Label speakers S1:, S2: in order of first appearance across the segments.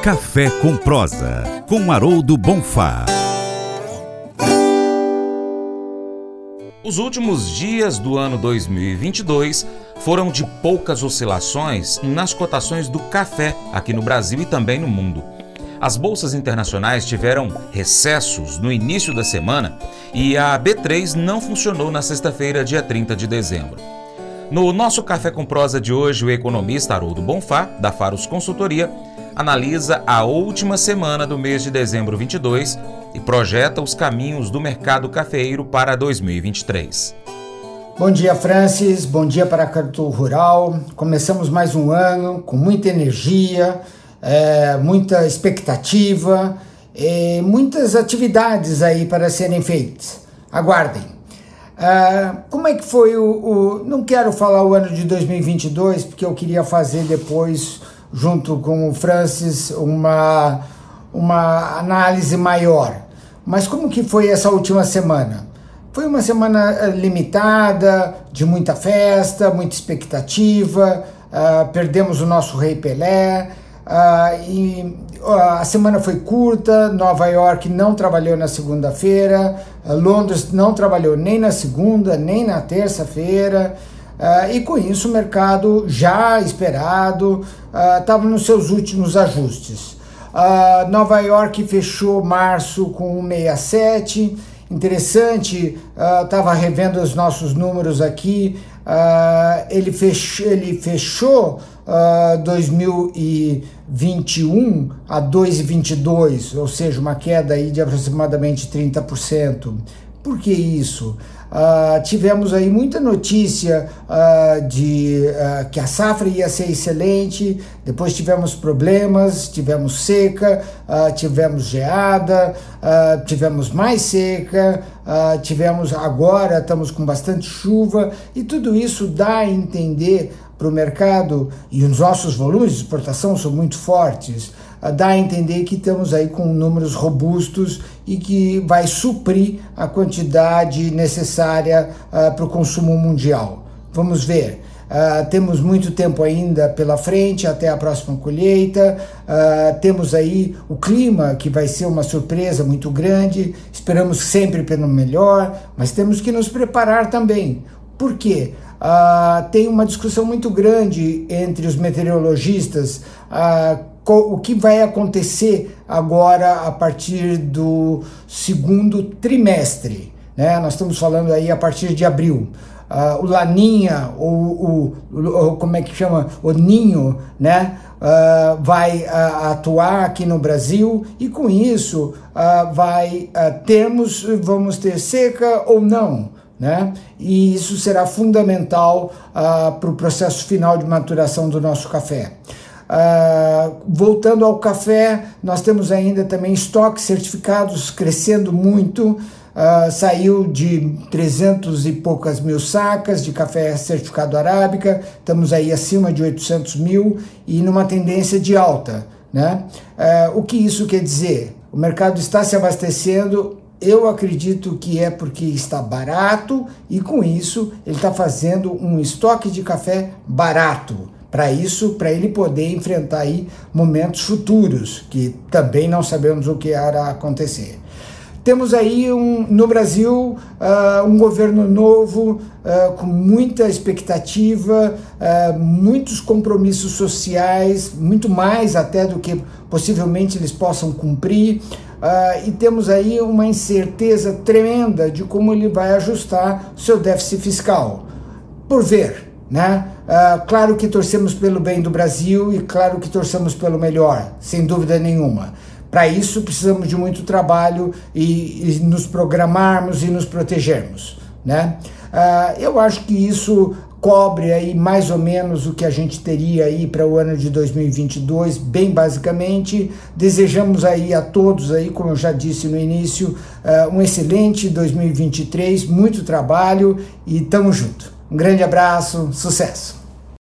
S1: Café com Prosa, com Haroldo Bonfá.
S2: Os últimos dias do ano 2022 foram de poucas oscilações nas cotações do café aqui no Brasil e também no mundo. As bolsas internacionais tiveram recessos no início da semana e a B3 não funcionou na sexta-feira, dia 30 de dezembro. No nosso Café com Prosa de hoje, o economista Haroldo Bonfá, da Faros Consultoria, analisa a última semana do mês de dezembro 22 e projeta os caminhos do mercado cafeeiro para 2023.
S3: Bom dia, Francis. Bom dia para Cartu Rural. Começamos mais um ano com muita energia, muita expectativa e muitas atividades aí para serem feitas. Aguardem. Como é que foi Não quero falar o ano de 2022, porque eu queria fazer depois, junto com o Francis, uma análise maior. Mas como que foi essa última semana? Foi uma semana limitada, de muita festa, muita expectativa, perdemos o nosso Rei Pelé, e a semana foi curta. Nova York não trabalhou na segunda-feira, Londres não trabalhou nem na segunda, nem na terça-feira, e com isso o mercado já esperado estava nos seus últimos ajustes. Nova York fechou março com 1,67, interessante, estava revendo os nossos números aqui, ele fechou 2021 a 2,22, ou seja, uma queda aí de aproximadamente 30%. Por que isso? Tivemos aí muita notícia que a safra ia ser excelente, depois tivemos problemas, tivemos seca, tivemos geada, tivemos mais seca, agora estamos com bastante chuva, e tudo isso dá a entender para o mercado, e os nossos volumes de exportação são muito fortes, dá a entender que estamos aí com números robustos e que vai suprir a quantidade necessária para o consumo mundial. Vamos ver. Temos muito tempo ainda pela frente até a próxima colheita, temos aí o clima, que vai ser uma surpresa muito grande, esperamos sempre pelo melhor, mas temos que nos preparar também. Por quê? Tem uma discussão muito grande entre os meteorologistas, o que vai acontecer agora a partir do segundo trimestre, né? Nós estamos falando aí a partir de abril. O Laninha, ou como é que chama? O Ninho, né? Vai atuar aqui no Brasil, e com isso vamos ter seca ou não, né? E isso será fundamental para o processo final de maturação do nosso café. Voltando ao café, nós temos ainda também estoques certificados crescendo muito. Saiu de 300 e poucas mil sacas de café certificado arábica, estamos aí acima de 800 mil e numa tendência de alta, né? O que isso quer dizer? O mercado está se abastecendo. Eu acredito que é porque está barato, e com isso ele está fazendo um estoque de café barato. Para ele poder enfrentar aí momentos futuros, que também não sabemos o que irá acontecer. Temos aí no Brasil um governo novo, com muita expectativa, muitos compromissos sociais, muito mais até do que possivelmente eles possam cumprir, e temos aí uma incerteza tremenda de como ele vai ajustar seu déficit fiscal. Por ver, né? Claro que torcemos pelo bem do Brasil, e claro que torcemos pelo melhor, sem dúvida nenhuma. Para isso precisamos de muito trabalho e nos programarmos e nos protegermos, né? Eu acho que isso cobre aí mais ou menos o que a gente teria aí para o ano de 2022, bem basicamente. Desejamos aí a todos aí, como eu já disse no início, um excelente 2023, muito trabalho, e tamo junto. Um grande abraço, sucesso!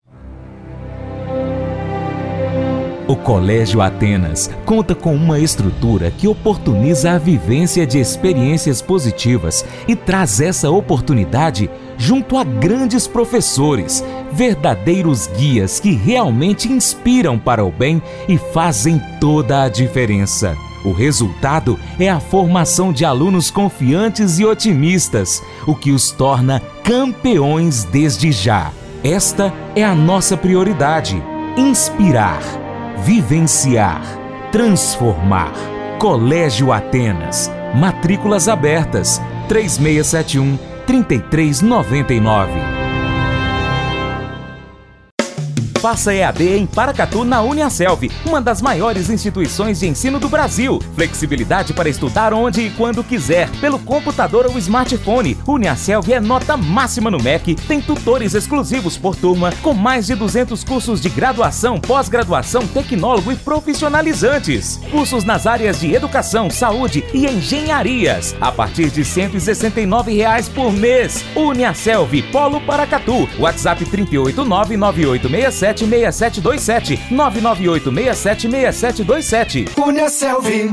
S4: O Colégio Atenas conta com uma estrutura que oportuniza a vivência de experiências positivas e traz essa oportunidade junto a grandes professores verdadeiros guias que realmente inspiram para o bem e fazem toda a diferença. O resultado é a formação de alunos confiantes e otimistas, o que os torna campeões desde já. Esta é a nossa prioridade: inspirar, vivenciar, transformar. Colégio Atenas. Matrículas abertas. 3671-3399. Faça EAD em Paracatu na Uniaselv, uma das maiores instituições de ensino do Brasil. Flexibilidade para estudar onde e quando quiser, pelo computador ou smartphone. Uniaselv é nota máxima no MEC, tem tutores exclusivos por turma, com mais de 200 cursos de graduação, pós-graduação, tecnólogo e profissionalizantes. Cursos nas áreas de educação, saúde e engenharias, a partir de R$ 169 por mês. Uniaselv, Polo Paracatu. WhatsApp 3899867 6727 998676727.
S3: Uniaselv.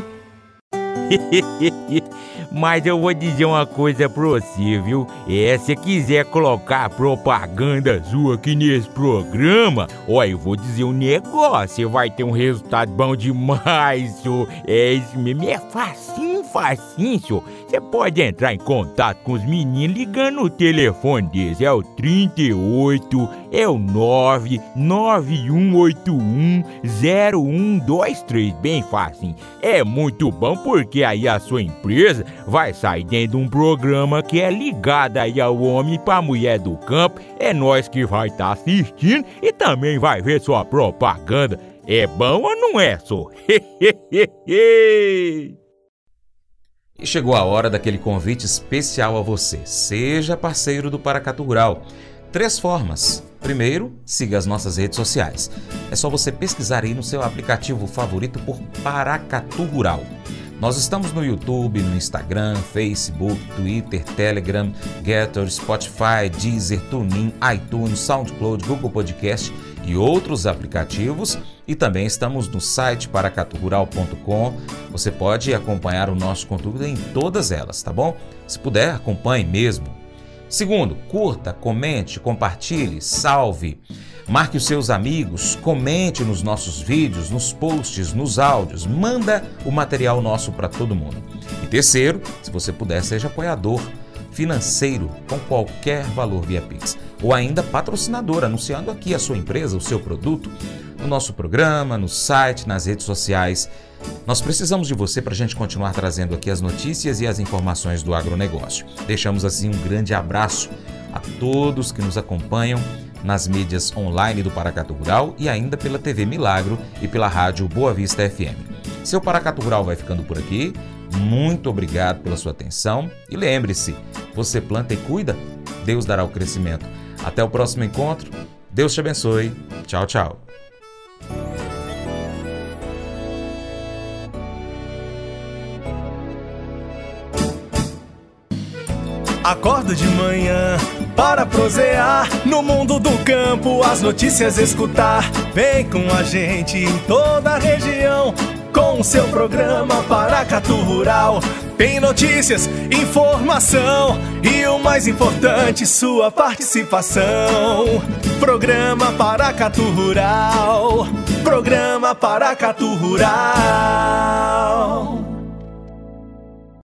S5: Mas eu vou dizer uma coisa pra você, viu? Se quiser colocar propaganda sua aqui nesse programa, eu vou dizer um negócio, você vai ter um resultado bom demais, senhor. Isso mesmo, é facinho, senhor. Você pode entrar em contato com os meninos ligando no telefone deles, é o 38, é o 991810123, bem facinho. É muito bom porque aí a sua empresa vai sair dentro de um programa que é ligado aí ao homem para a mulher do campo. É nós que vai estar assistindo e também vai ver sua propaganda. É bom ou não é, só?
S2: E chegou a hora daquele convite especial a você. Seja parceiro do Paracatu Rural. 3 formas. Primeiro, siga as nossas redes sociais. É só você pesquisar aí no seu aplicativo favorito por Paracatu Rural. Nós estamos no YouTube, no Instagram, Facebook, Twitter, Telegram, Getter, Spotify, Deezer, TuneIn, iTunes, SoundCloud, Google Podcast e outros aplicativos. E também estamos no site paracaturural.com. Você pode acompanhar o nosso conteúdo em todas elas, tá bom? Se puder, acompanhe mesmo. Segundo, curta, comente, compartilhe, salve. Marque os seus amigos, comente nos nossos vídeos, nos posts, nos áudios, manda o material nosso para todo mundo. E terceiro, se você puder, seja apoiador financeiro com qualquer valor via Pix, ou ainda patrocinador, anunciando aqui a sua empresa, o seu produto, no nosso programa, no site, nas redes sociais. Nós precisamos de você para a gente continuar trazendo aqui as notícias e as informações do agronegócio. Deixamos assim um grande abraço a todos que nos acompanham nas mídias online do Paracatu Rural e ainda pela TV Milagro e pela rádio Boa Vista FM. Seu Paracatu Rural vai ficando por aqui. Muito obrigado pela sua atenção e lembre-se, você planta e cuida, Deus dará o crescimento. Até o próximo encontro. Deus te abençoe. Tchau, tchau.
S6: Acordo de manhã para prosear no mundo do campo, as notícias escutar. Vem com a gente em toda a região com o seu programa Paracatu Rural. Tem notícias, informação e o mais importante, sua participação. Programa Paracatu Rural. Programa Paracatu Rural.